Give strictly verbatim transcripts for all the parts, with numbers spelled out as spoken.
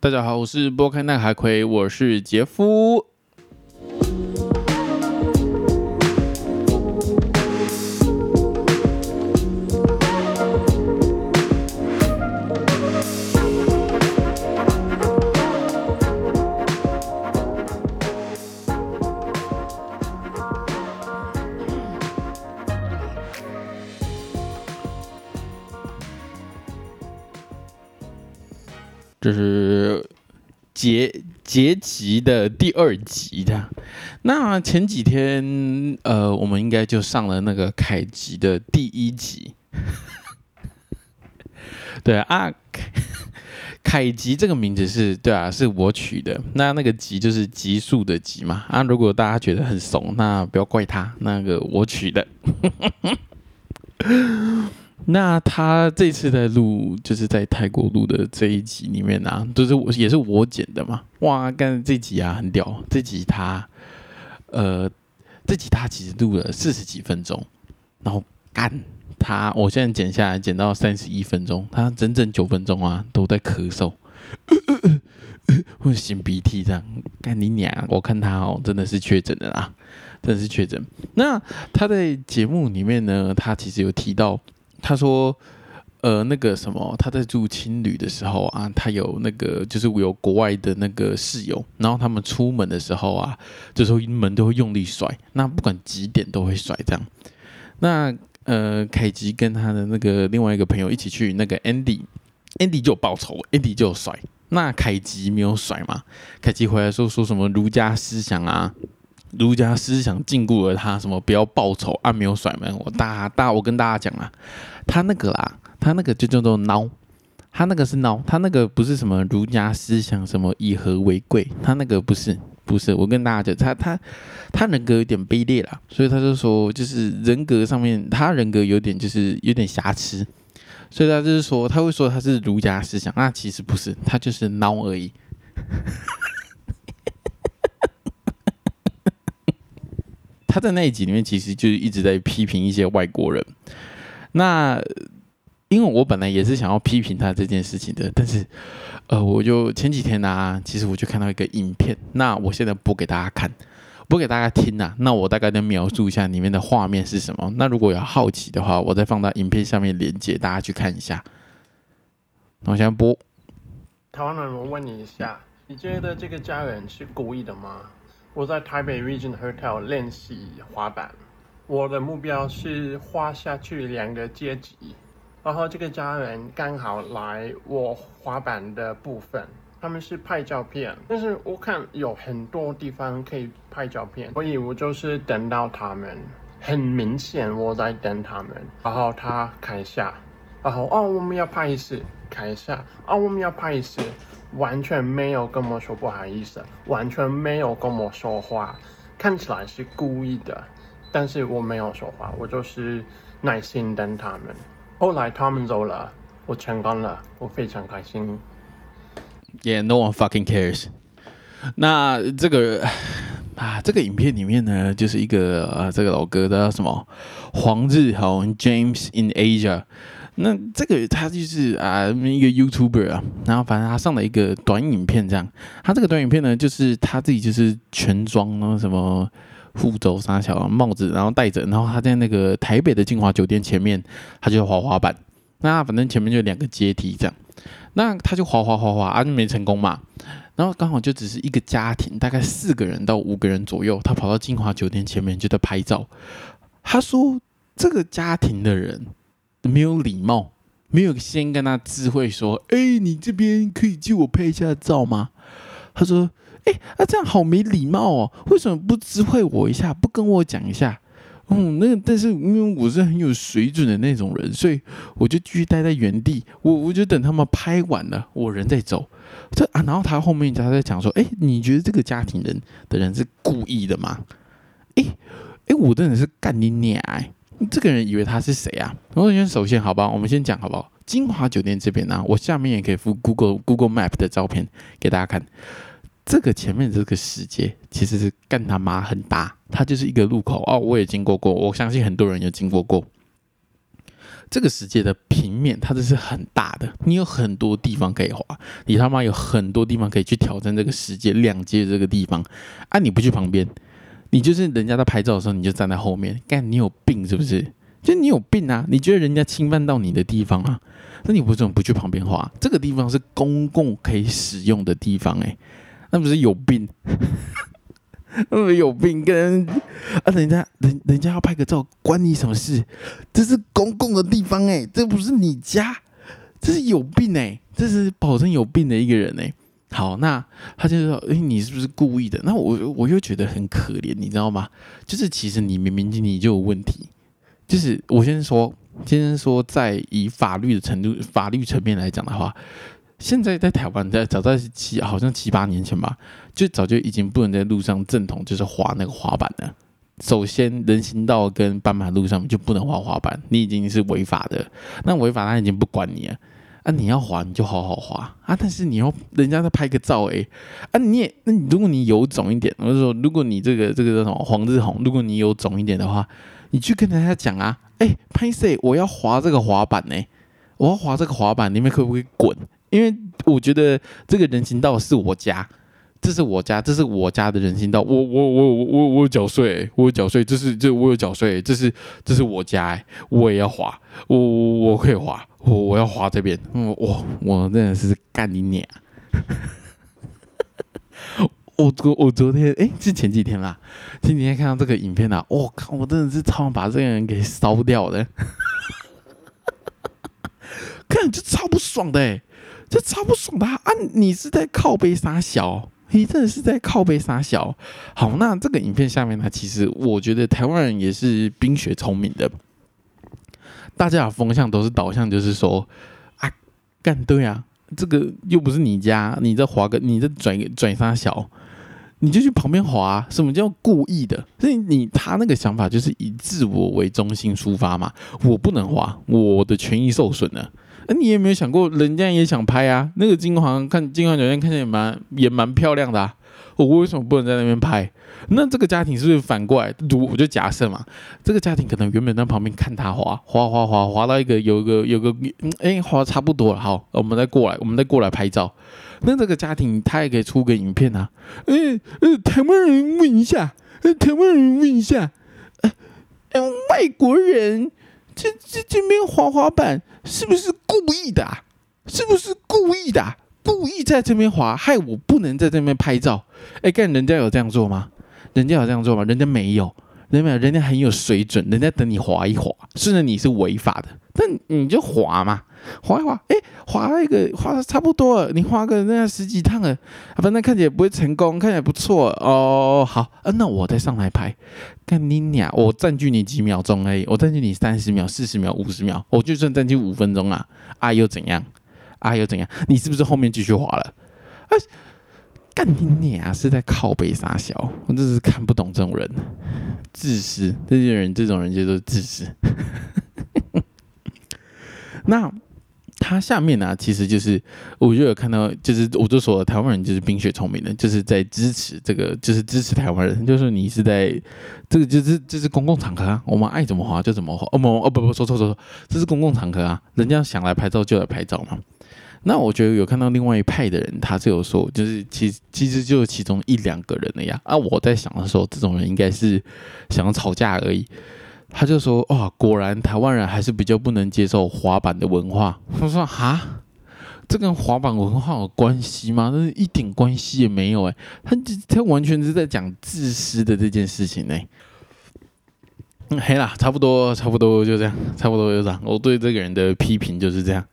大家好，我是波开奈海葵，我是杰夫。这是结结集的第二集的。那前几天，呃，我们应该就上了那个凯集的第一集。对啊，凯集这个名字是对啊，是我取的。那那个集就是集数的集嘛。啊，如果大家觉得很怂，那不要怪他，那个我取的。那他这次在录，就是在泰国录的这一集里面啊，就是我也是我剪的嘛。哇，干这集啊很屌，这集他，呃，这集他其实录了四十几分钟，然后干他，我现在剪下来剪到三十一分钟，他整整九分钟啊都在咳嗽，或者擤鼻涕这样。干你娘！我看他哦，真的是确诊的啦，真的是确诊。那他在节目里面呢，他其实有提到。他说，呃，那个什么，他在住青旅的时候啊，他有那个就是有国外的那个室友，然后他们出门的时候啊，这时候门都会用力甩，那不管几点都会甩这样。那呃，凯吉跟他的那个另外一个朋友一起去那个 Andy，Andy 就有报仇 ，Andy 就有甩，那凯吉没有甩嘛？凯吉回来说说什么儒家思想啊？儒家思想禁锢了他什么不要报仇啊，没有甩门。我大大我跟大家讲啊，他那个啦，他那个就叫做孬，他那个是孬，他那个不是什么儒家思想什么以和为贵，他那个不是不是。我跟大家讲，他他他人格有点卑劣啦，所以他就说就是人格上面他人格有点就是有点瑕疵，所以他就是说他会说他是儒家思想，那其实不是，他就是孬而已。他在那一集里面其实就一直在批评一些外国人。那因为我本来也是想要批评他这件事情的，但是呃，我就前几天啊，其实我就看到一个影片，那我现在播给大家看，播给大家听啊。那我大概能描述一下里面的画面是什么。那如果有好奇的话，我再放到影片下面连结，大家去看一下。那我现在播。 台湾人，我问你一下，你觉得这个家人是故意的吗？我在台北 Regent Hotel 练习滑板，我的目标是滑下去两个阶级，然后这个家人刚好来我滑板的部分，他们是拍照片，但是我看有很多地方可以拍照片，所以我就是等到他们，很明显我在等他们，然后他开下，然后哦我们要拍一次，开下，哦我们要拍一次。完全没有跟我说不好意思，完全没有跟我说话，看起来是故意的，但是我没有说话，我就是耐心等他们。后来他们走了，我成功了，我非常开心。 Yeah, no one fucking cares. 那这个啊，这个影片里面呢，就是一个啊，这个老哥叫什么黄日豪 James in Asia。那这个他就是啊一个 YouTuber 啊，然后反正他上了一个短影片这样，他这个短影片呢，就是他自己就是全装，然后什么护肘、沙小帽子，然后戴着，然后他在那个台北的金华酒店前面，他就滑滑板，那反正前面就两个阶梯这样，那他就滑滑滑滑啊，就没成功嘛，然后刚好就只是一个家庭，大概四个人到五个人左右，他跑到金华酒店前面就在拍照，他说这个家庭的人。没有礼貌，没有先跟他知会说，哎、欸，你这边可以借我拍一下照吗？他说，哎、欸，啊这样好没礼貌哦，为什么不知会我一下，不跟我讲一下？嗯，那但是因为我是很有水准的那种人，所以我就继续待在原地，我我就等他们拍完了，我人再走。这啊，然后他后面他在讲说，哎、欸，你觉得这个家庭人的人是故意的吗？哎、欸、哎、欸，我真的是干你娘、欸！这个人以为他是谁啊？我先首先好吧，我们先讲好不好？金华酒店这边呢、啊，我下面也可以附 Google Google Map 的照片给大家看。这个前面这个石阶其实是干他妈很大，它就是一个路口哦，我也经过过，我相信很多人有经过过。 这个世界的平面它这是很大的，你有很多地方可以滑，你他妈有很多地方可以去挑战这个世界两阶这个地方啊！你不去旁边，你就是人家在拍照的时候你就站在后面，干你有病是不是？就你有病啊！你觉得人家侵犯到你的地方啊？那你为什么不去旁边滑？这个地方是公共可以使用的地方、欸，哎，那不是有病？那么有病跟啊，人家人人家要拍个照，关你什么事？这是公共的地方哎、欸，这不是你家，这是有病哎、欸，这是保证有病的一个人哎、欸。好，那他就说，哎、欸，你是不是故意的？那我我又觉得很可怜，你知道吗？就是其实你明明你就有问题。就是我先说，先说，在以法律的程度、法律层面来讲的话，现在在台湾，在早在七好像七八年前吧，就早就已经不能在路上正统就是滑那个滑板了。首先，人行道跟斑马路上面就不能滑滑板，你已经是违法的。那违法他已经不管你了。啊，你要滑你就好好滑啊，但是你要人家在拍个照哎、欸，啊你也那你如果你有种一点，我就说如果你这个这个叫什么黄日红，如果你有种一点的话，你去跟人家讲啊，哎、欸，拍谁？我要滑这个滑板呢、欸，我要滑这个滑板，你们可不可以滚？因为我觉得这个人行道是我家，这是我家，这是我家的人行道，我我我我我有缴税，我有缴税，这是这我有缴税，这是这是我家、欸，我也要滑，我我我可以滑。我我要滑这边，我我真的是干你娘！我昨我昨天哎、欸，是前几天啦，前几天看到这个影片啊，我、哦、靠，我真的是超想把这个人给烧掉的，看就超不爽的哎、欸，这超不爽的 啊！啊你是在靠背杀小？你真的是在靠背杀小？好，那这个影片下面呢，其实我觉得台湾人也是冰雪聪明的。大家的风向都是导向，就是说啊，干对啊，这个又不是你家，你在滑个，你在转转啥小，你就去旁边滑。什么叫故意的？所以你他那个想法就是以自我为中心出发嘛，我不能滑，我的权益受损了。啊、你有没有想过，人家也想拍啊？那个金黄看金黄酒店看起来蛮也蛮漂亮的啊，我为什么不能在那边拍？那这个家庭是不是反过来？我就假设嘛，这个家庭可能原本在旁边看他滑，滑滑滑滑到一个有一个有个哎、欸、滑差不多了，好，我们再过来，我们再过来拍照。那这个家庭他也可以出个影片啊，呃、欸、呃，台湾人问一下，呃，台湾人问一下，呃，呃外国人这这这边滑滑板是不是故意的、啊？是不是故意的、啊？故意在这边滑，害我不能在这边拍照。哎，干人家有这样做吗？人家有这样做吗？人家没有，人家没有，人家很有水准，人家等你滑一滑，虽然你是违法的，但你就滑嘛，滑一滑，哎，滑一个滑差不多了，你滑个那十几趟了，反正看起来不会成功，看起来不错哦。好，啊，那我再上来拍，干你娘！我占据你几秒钟而已，我占据你三十秒、四十秒、五十秒，我就算占据五分钟啊，啊又怎样？啊又怎样？你是不是后面继续滑了？啊！干你娘！是在靠北撒小，我真是看不懂这种人，自私。这些人，这种人就都是自私。那他下面呢、啊，其实就是我就有看到，就是我就说台湾人就是冰雪聪明的，就是在支持这个，就是支持台湾人，就是你是在这个就是这是公共场合啊，我们爱怎么滑就怎么滑。哦不哦不不，说错说错，这是公共场合啊，人家想来拍照就来拍照嘛。那我觉得有看到另外一派的人，他是有说，就是其实其实就其中一两个人了呀。啊，我在想的时候，这种人应该是想要吵架而已。他就说，哇，果然台湾人还是比较不能接受滑板的文化。他说，哈，这跟滑板文化有关系吗？那一点关系也没有哎、欸。他他完全是在讲自私的这件事情哎、欸。嗯，嘿啦，差不多差不多就这样，差不多就这样。我对这个人的批评就是这样。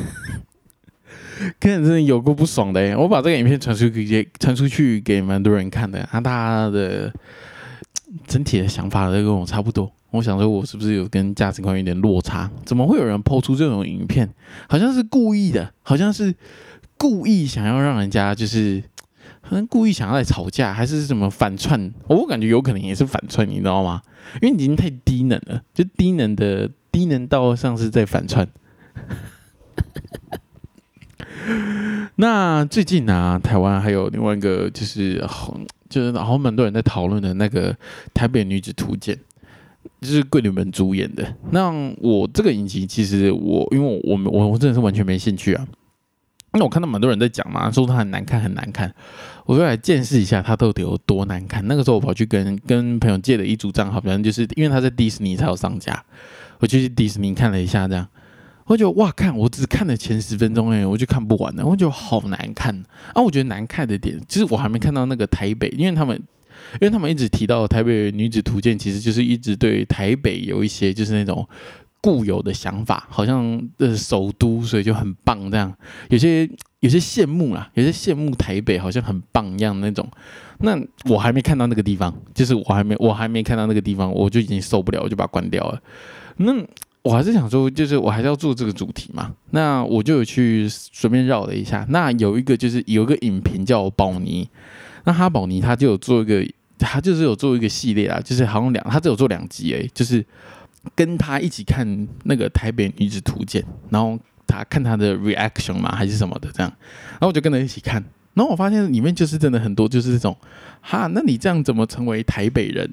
看真的有够不爽的、欸、我把这个影片传出去，传出去给蛮多人看的，啊，大家的整体的想法都跟我差不多。我想说，我是不是有跟价值观有点落差？怎么会有人抛出这种影片？好像是故意的，好像是故意想要让人家就是，好像故意想要来吵架，还是什么反串？我感觉有可能也是反串，你知道吗？因为你已经太低能了，就低能的低能到像是在反串。那最近啊，台湾还有另外一个就是就是然后蛮多人在讨论的那个台北女子图鉴。 就是桂纶镁主演的。那我这个影集其实我因为我我我真的是完全没兴趣啊。那我看到蛮多人在讲嘛，说它很难看很难看，我就来见识一下它到底有多难看。那个时候我跑去跟跟朋友借了一组账号，反正就是因为它在迪士尼才有上架，我就去迪士尼看了一下，这样我就觉得哇，看我只看了前十分钟哎，我就看不完了，我觉得好难看啊！我觉得难看的点，其实我还没看到那个台北，因为他们因为他们一直提到台北女子图鉴，其实就是一直对台北有一些就是那种固有的想法，好像呃首都，所以就很棒这样。有些有些羡慕啦，有些羡慕台北好像很棒一样那种。那我还没看到那个地方，就是我还没我还没看到那个地方，我就已经受不了，我就把它关掉了。那我还是想说，就是我还是要做这个主题嘛。那我就有去随便绕了一下。那有一个就是有一个影评叫宝妮，那哈宝妮他就有做一个，他就是有做一个系列啦，就是好像两，他只有做两集而已，就是跟他一起看那个台北女子图鉴，然后他看他的 reaction 嘛，还是什么的这样，然后我就跟他一起看，然后我发现里面就是真的很多就是这种，哈，那你这样怎么成为台北人？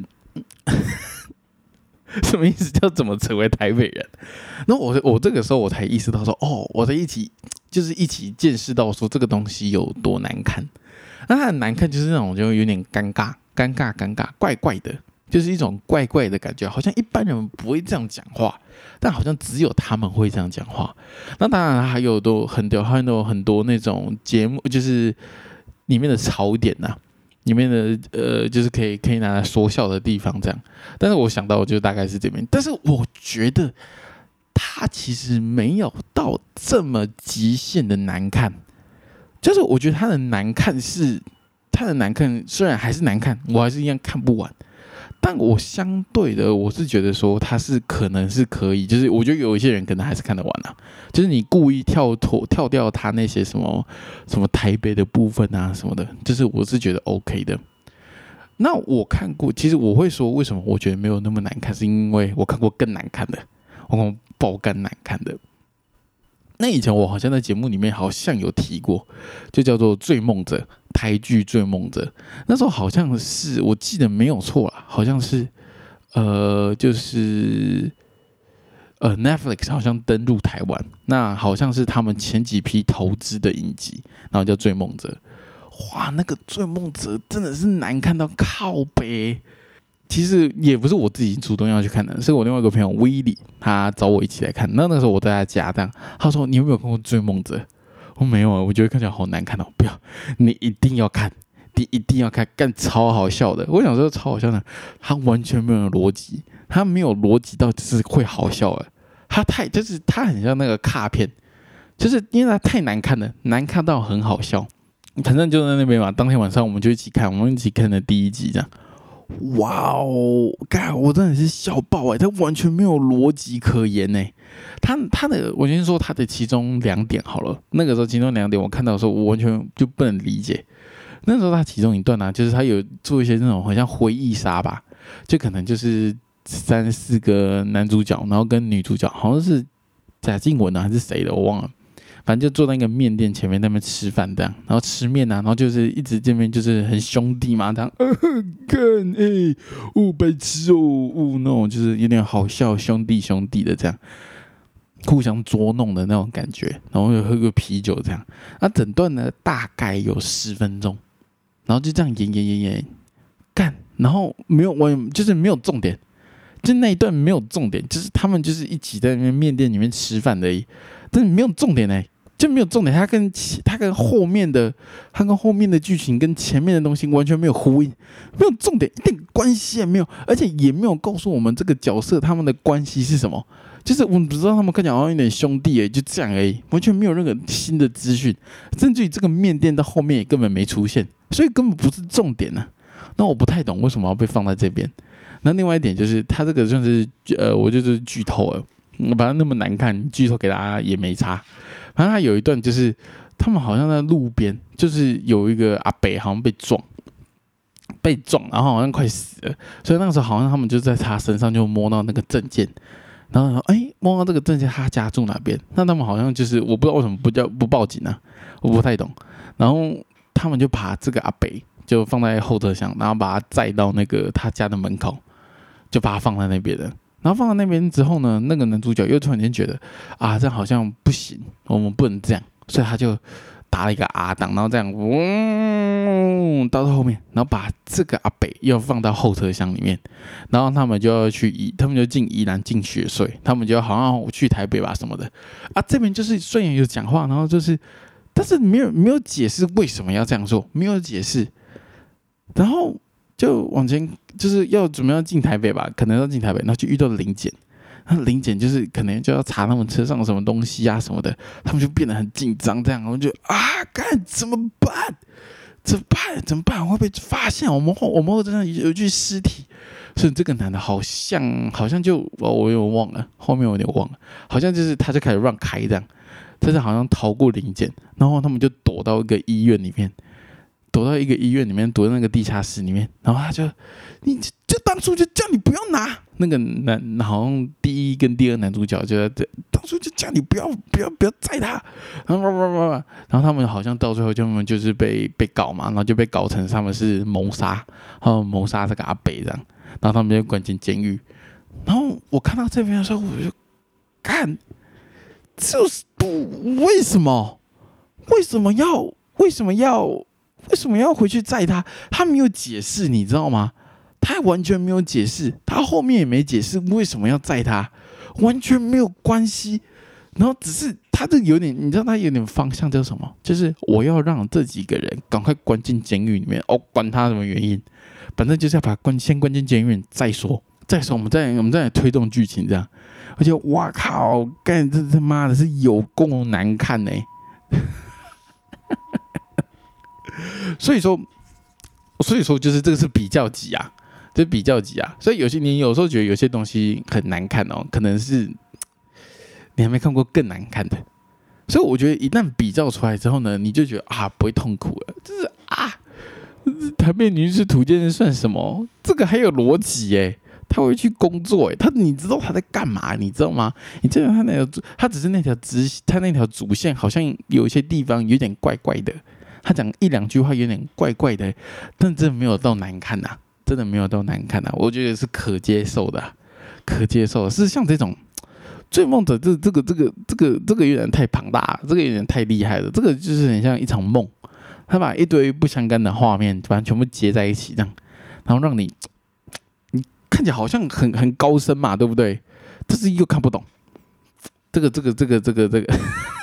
什么意思？叫怎么成为台北人？然后我我这个时候我才意识到说，哦，我在一起就是一起见识到说这个东西有多难看。那它很难看，就是那种就有点尴尬、尴尬、尴尬、怪怪的，就是一种怪怪的感觉，好像一般人不会这样讲话，但好像只有他们会这样讲话。那当然还有都很多，还有很多那种节目，就是里面的槽点呐、啊。里面的呃，就是可以可以拿来说笑的地方，这样。但是我想到，就大概是这边。但是我觉得它其实没有到这么极限的难看，就是我觉得它的难看是它的难看，虽然还是难看，我还是一样看不完。但我相对的，我是觉得说它是可能是可以，就是我觉得有一些人可能还是看得完啊。就是你故意跳脱跳掉它那些什么什么台北的部分啊什么的，就是我是觉得 OK 的。那我看过，其实我会说为什么我觉得没有那么难看，是因为我看过更难看的，我看过爆肝难看的。那以前我好像在节目里面好像有提过，就叫做《追梦者》，台剧《追梦者》。那时候好像是我记得没有错啦，好像是呃，就是呃 Netflix 好像登陆台湾，那好像是他们前几批投资的影集，然后叫《追梦者》。哇，那个《追梦者》真的是难看到靠北。其实也不是我自己主动要去看的，是我另外一个朋友威利，他找我一起来看。那那个时候我在他家，这样他说：“你有没有看过《追梦者》？”我没有啊，我觉得看起来好难看哦。不要，你一定要看，你一定要看，干超好笑的。我想说超好笑的，他完全没有逻辑，他没有逻辑到就是会好笑的。他太就是他很像那个卡片，就是因为他太难看了，难看到很好笑。反正就在那边嘛，当天晚上我们就一起看，我们一起看了第一集这样。哇哦，干！我真的是笑爆哎、欸，他完全没有逻辑可言哎、欸。他他的，我先说他的其中两点好了。那个时候其中两点我看到的时候，我完全就不能理解。那时候他其中一段呢、啊，就是他有做一些那种好像回忆杀吧，就可能就是三四个男主角，然后跟女主角好像是贾静雯啊还是谁的，我忘了。反正就坐在那个面店前面那边吃饭这样，然后吃面啊，然后就是一直这边就是很兄弟嘛，这样，呃，干哎，哦白痴哦，哦那种就是有点好笑兄弟兄弟的这样，互相捉弄的那种感觉，然后又喝个啤酒这样，那整段呢大概有十分钟，然后就这样演演演演干，然后没有我就是没有重点，就那一段没有重点，就是他们就是一起在那边面店里面吃饭而已，但是没有重点哎、欸。就没有重点，它跟它跟后面的，它跟后面的剧情跟前面的东西完全没有呼应，没有重点，一点关系也没有，而且也没有告诉我们这个角色他们的关系是什么。就是我们不知道他们看起来好像有点兄弟哎，就这样而已，完全没有任何新的资讯，甚至于这个面店到后面也根本没出现，所以根本不是重点呢、啊。那我不太懂为什么要被放在这边。那另外一点就是，他这个算是呃，我就是剧透了，把它那么难看，剧透给大家也没差。反正他有一段就是，他们好像在路边，就是有一个阿伯好像被撞，被撞，然后好像快死了，所以那个时候好像他们就在他身上就摸到那个证件，然后说，哎，摸到这个证件，他家住哪边？那他们好像就是我不知道为什么不叫不报警呢、啊？我不太懂。然后他们就把这个阿伯就放在后车厢，然后把他载到那个他家的门口。 就把它放在那边了。然后放在那边之后呢，那个男主角又突然间觉得啊，这样好像不行，我们不能这样，所以他就打了一个 R 档，然后这样，嗡，到后面，然后把这个阿北又放到后车厢里面，然后他们就要去宜，他们就进宜兰进雪隧，他们就好像去台北吧什么的啊。这边就是虽然有讲话，然后就是，但是没有没有解释为什么要这样做，没有解释，然后就往前就是要准备要进台北吧，可能要进台北，然后就遇到了临检。那临检就是可能就要查他们车上什么东西啊什么的，他们就变得很紧张，这样我们就啊，干怎么办？怎么办？怎么办？会被发现？我们后我们后车上有一具尸体，所以这个男的好像好像就我我有点忘了，后面我有点忘了，好像就是他就开始乱开这样，但是好像逃过临检，然后他们就躲到一个医院里面。躲到一个医院里面，躲在那个地下室里面，然后他就，你就当初就叫你不要拿那个男，好像第一跟第二男主角就在当初就叫你不要不要不要载他，然后然后他们好像到最后他们就是被被搞嘛，然后就被搞成他们是谋杀，然后谋杀这个阿北这样，然后他们就关进监狱，然后我看到这边的时候，我就看，就是不为什么为什么要为什么要。为什么要回去载他？他没有解释，你知道吗？他完全没有解释，他后面也没解释为什么要载他，完全没有关系。然后只是他这有点，你知道他有点方向叫什么？就是我要让这几个人赶快关进监狱里面，哦，管他什么原因，反正就是要把他关先关进监狱再说，再说我们再我们再来推动剧情这样。而且哇靠，干这他妈的是有够难看呢、欸。所以说，所以说就是这个是比较级啊，这、就是比较级啊。所以有些你有时候觉得有些东西很难看哦，可能是你还没看过更难看的。所以我觉得一旦比较出来之后呢，你就觉得啊不会痛苦了，就是啊，台北女子图鉴算什么？这个还有逻辑耶。他会去工作，他你知道他在干嘛？你知道吗？你知道他那条，他只是那条直，他那条主线好像有一些地方有点怪怪的。他讲一两句话有点怪怪的，但真的没有到难看呐、啊，真的没有到难看呐、啊，我觉得是可接受的、啊，可接受的。是像这种《追梦者》这这个这个这个这个有点太庞大了，这个有点太厉害了，这个就是很像一场梦，他把一堆不相干的画面，反正全部接在一起，这样，然后让你你看起来好像很很高深嘛，对不对？但是又看不懂，这个这个这个这个这个。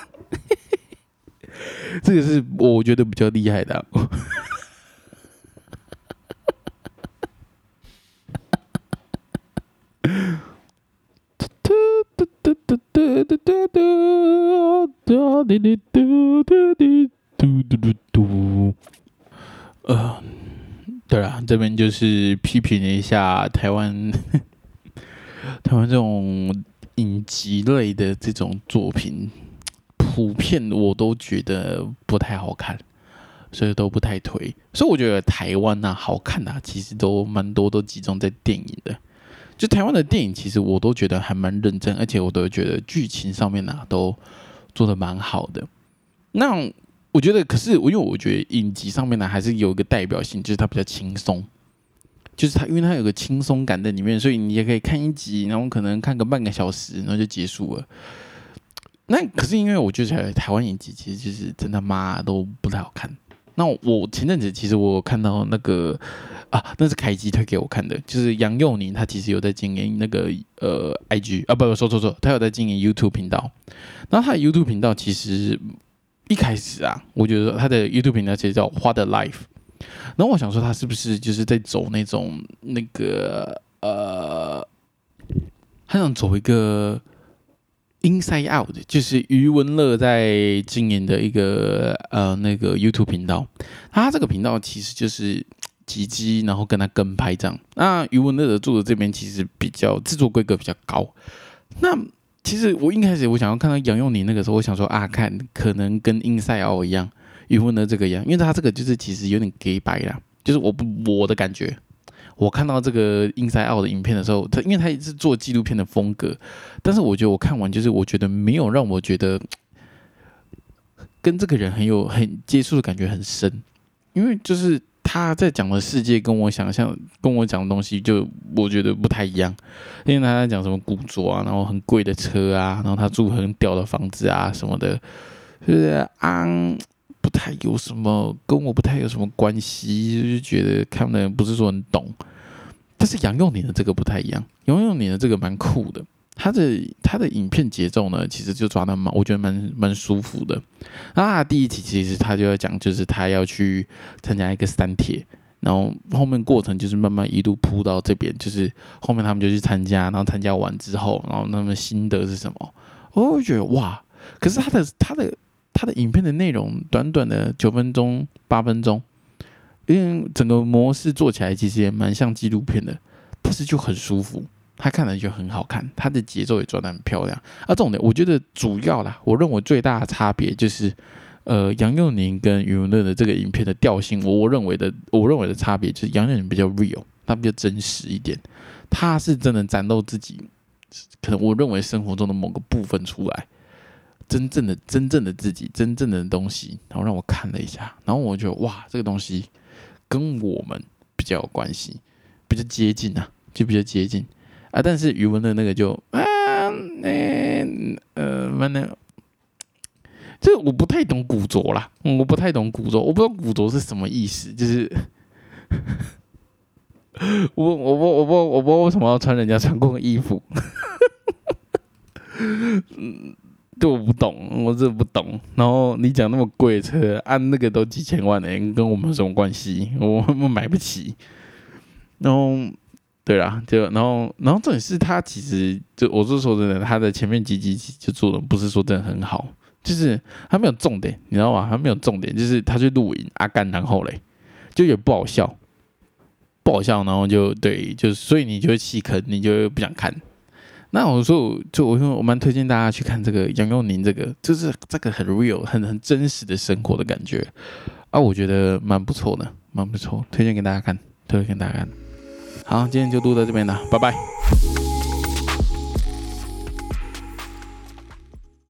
这个是我觉得比较厉害的、啊。呃，对了，这边就是批评了一下台湾，台湾这种影集类的这种作品。普遍我都觉得不太好看，所以都不太推。所以我觉得台湾啊好看啊，其实都蛮多都集中在电影的。就台湾的电影，其实我都觉得还蛮认真，而且我都觉得剧情上面啊都做得蛮好的。那我觉得，可是因为我觉得影集上面呢还是有一个代表性，就是它比较轻松。就是它，因为它有个轻松感在里面，所以你也可以看一集，然后可能看个半个小时，然后就结束了。那可是因为我觉得台湾影集其实就是真的妈都不太好看。那我前阵子其实我有看到那个啊，那是凯基推给我看的，就是杨佑宁他其实有在经营那个呃 I G 啊，不不说错错，他有在经营 YouTube 频道。然后他的 YouTube 频道其实一开始啊，我觉得他的 YouTube 频道其实叫花的 Life。然后我想说他是不是就是在走那种那个呃，他想走一个。Inside Out 就是余文乐在经营的一个呃那个 YouTube 频道，他这个频道其实就是集机，然后跟他跟拍这样。那余文乐的做的这边其实比较制作规格比较高。那其实我一开始我想要看到杨佑宁那个时候，我想说啊，看可能跟 Inside Out 一样，余文乐这个一样，因为他这个就是其实有点 gay 白啦，就是我我的感觉。我看到这个 Inside Out 的影片的时候，他因为他也是做纪录片的风格，但是我觉得我看完就是我觉得没有让我觉得跟这个人很有很接触的感觉很深，因为就是他他在讲的世界跟我想象、跟我讲的东西，就我觉得不太一样。因为他在讲什么古着啊，然后很贵的车啊，然后他住很屌的房子啊什么的，就是啊，不太有什么跟我不太有什么关系，就觉得看的人不是说很懂。但是杨佑宁的这个不太一样，杨佑宁的这个蛮酷的。他的他的影片节奏呢，其实就抓的蛮，我觉得蛮蛮舒服的。那他的第一集其实他就要讲，就是他要去参加一个三铁，然后后面过程就是慢慢一路铺到这边，就是后面他们就去参加，然后参加完之后，然后他们心得是什么？我会觉得哇，可是他的他的他的影片的内容短短的九分钟八分钟，因为整个模式做起来其实也蛮像纪录片的，但是就很舒服。他看了就很好看，他的节奏也抓得很漂亮。啊，重点我觉得主要啦，我认为最大的差别就是，呃，杨佑宁跟余文乐的这个影片的调性，我我认为的，我认为的差别就是杨佑宁比较 real， 他比较真实一点，他是真的展露自己，可能我认为生活中的某个部分出来，真正的真正的自己，真正的东西，然后让我看了一下，然后我觉得哇，这个东西跟我们比较有关系，比较接近啊，就比较接近。啊，但是余文的那个就啊，欸、呃，反正这我不太懂古着啦，我不太懂古着，我不知道古着是什么意思，就是我我我我我我不知道为什么要穿人家穿过的衣服，嗯，对，我不懂，我真的不懂。然后你讲那么贵的车，按那个都几千万的、欸，跟我们有什么关系？我们买不起。然后。对啦，就然后然后重点是他其实就我是说真的，他的前面几集就做的不是说真的很好，就是他没有重点，你知道吗？他没有重点，就是他去露营阿干，然后嘞就也不好笑，不好笑，然后就对，就所以你就会弃坑，你就会不想看。那我说就我说我蛮推荐大家去看这个杨佑宁，这个就是这个很 real 很很真实的生活的感觉啊，我觉得蛮不错的，蛮不错，推荐给大家看，推荐给大家看。好，今天就录到这边了，拜拜。